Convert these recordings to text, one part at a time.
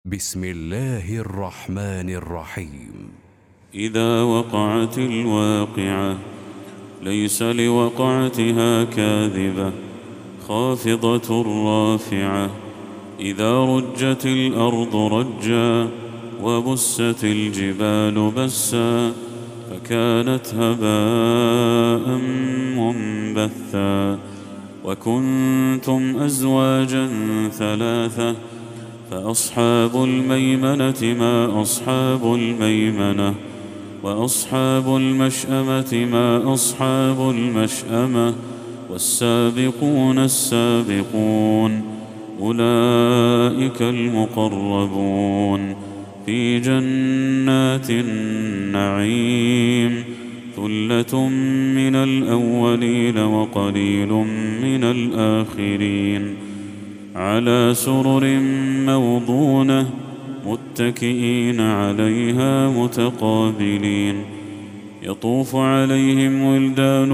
بسم الله الرحمن الرحيم. إذا وقعت الواقعة ليس لوقعتها كاذبة خافضة رافعة. إذا رجت الأرض رجا وبست الجبال بسا فكانت هباء منبثا. وكنتم أزواجا ثلاثة فأصحاب الميمنة ما أصحاب الميمنة وأصحاب المشأمة ما أصحاب المشأمة والسابقون السابقون أولئك المقربون في جنات النعيم ثلة من الأولين وقليل من الآخرين على سرر موضونة متكئين عليها متقابلين يطوف عليهم ولدان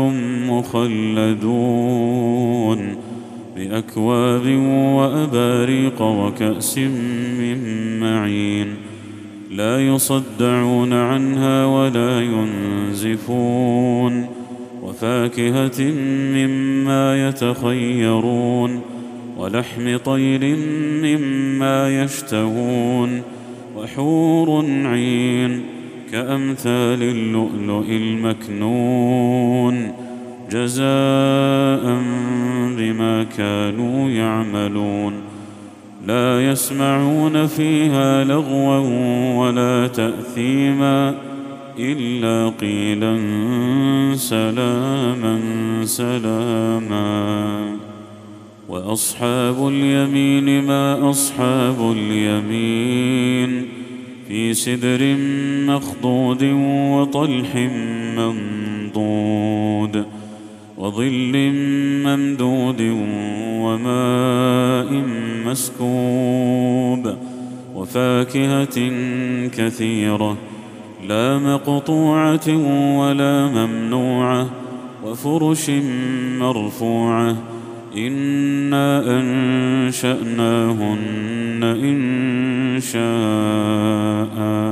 مخلدون بأكواب وأباريق وكأس من معين لا يصدعون عنها ولا ينزفون وفاكهة مما يتخيرون ولحم طير مما يشتهون وحور عين كأمثال اللؤلؤ المكنون جزاء بما كانوا يعملون لا يسمعون فيها لغوا ولا تأثيما إلا قيلا سلاما سلاما. وأصحاب اليمين ما أصحاب اليمين في سدر مخضود وطلح منضود وظل ممدود وماء مسكوب وفاكهة كثيرة لا مقطوعة ولا ممنوعة وفرش مرفوعة إنا أنشأناهن إنشاء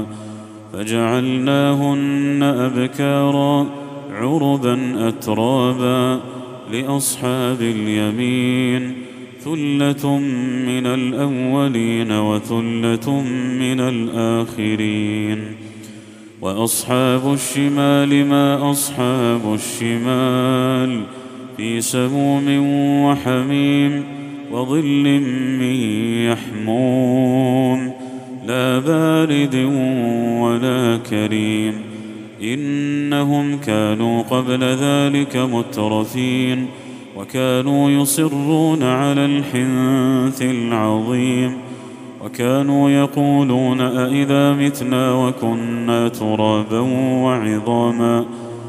فجعلناهن أبكارا عربا أترابا لأصحاب اليمين ثلة من الأولين وثلة من الآخرين. وأصحاب الشمال ما أصحاب الشمال في سموم وحميم وظل من يحموم لا بارد ولا كريم إنهم كانوا قبل ذلك مترفين وكانوا يصرون على الحنث العظيم وكانوا يقولون أئذا متنا وكنا ترابا وعظاما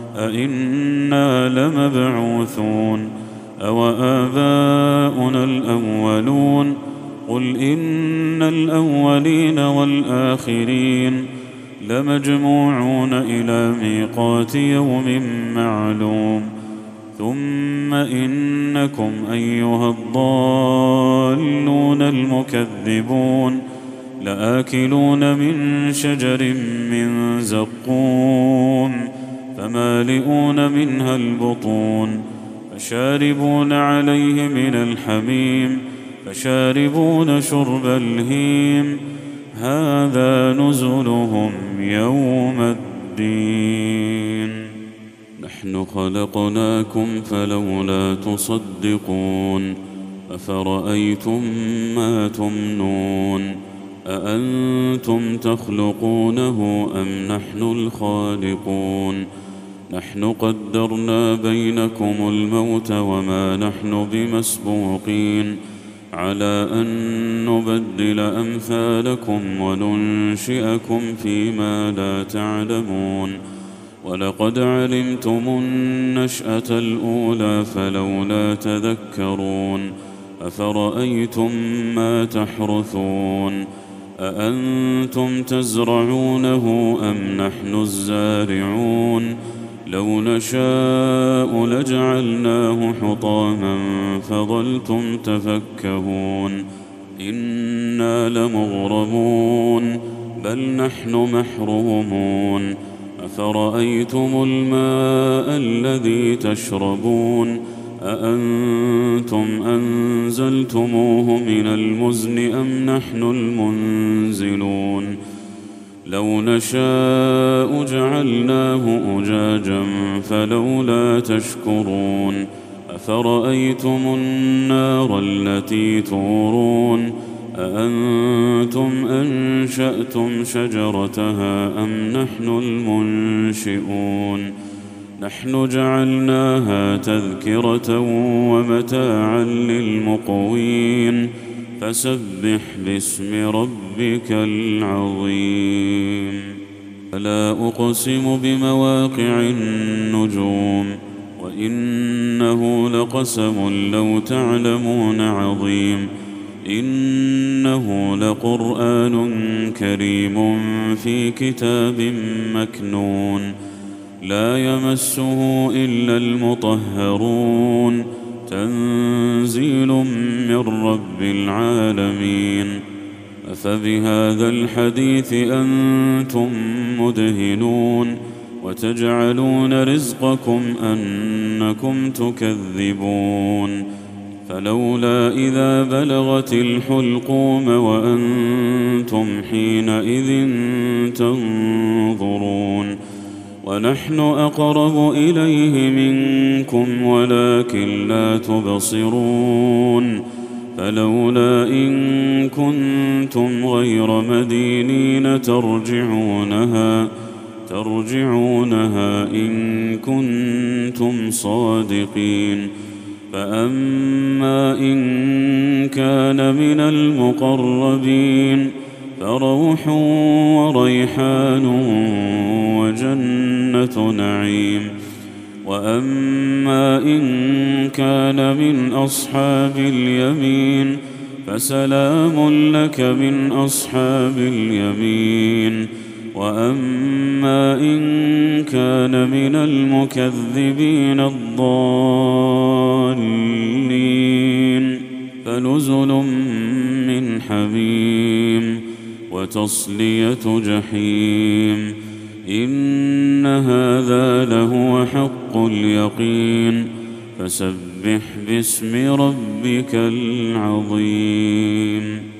أئنا لمبعوثون أو آباؤنا الأولون قل إن الأولين والآخرين لمجموعون إلى ميقات يوم معلوم ثم إنكم أيها الضالون المكذبون لآكلون من شجر من زقوم فمالئون منها البطون فشاربون عليه من الحميم فشاربون شرب الهيم هذا نزلهم يوم الدين نحن خلقناكم فلولا تصدقون أفرأيتم ما تمنون أأنتم تخلقونه أم نحن الخالقون نحن قدرنا بينكم الموت وما نحن بمسبوقين على أن نبدل أمثالكم وننشئكم فيما لا تعلمون ولقد علمتم النشأة الأولى فلولا تذكرون أفرأيتم ما تحرثون أأنتم تزرعونه أم نحن الزارعون لو نشاء لجعلناه حطاما فظلتم تفكهون إن إنا لمغرمون بل نحن محرومون أفرأيتم الماء الذي تشربون أأنتم أنزلتموه من المزن أم نحن المنزلون لو نشاء جعلناه أجاجا فلولا تشكرون أفرأيتم النار التي تورون أأنتم أنشأتم شجرتها أم نحن المنشئون نحن جعلناها تذكرة ومتاعا للمقوين فسبح باسم ربك العظيم فلا أقسم بمواقع النجوم وإنه لقسم لو تعلمون عظيم إنه لقرآن كريم في كتاب مكنون لا يمسه إلا المطهرون تنزيل من رب العالمين أفبهذا الحديث أنتم مدهنون وتجعلون رزقكم أنكم تكذبون فلولا إذا بلغت الحلقوم وأنتم حينئذ تنظرون ونحن أقرب إليه منكم ولكن لا تبصرون فلولا إن كنتم غير مدينين ترجعونها إن كنتم صادقين فأما إن كان من المقربين فروح وريحان وجنة نعيم وأما إن كان من أصحاب اليمين فسلام لك من أصحاب اليمين وأما إن كان من المكذبين الضالين فنزل من حميم وتصلية جحيم إن هذا لهو حق اليقين فسبح باسم ربك العظيم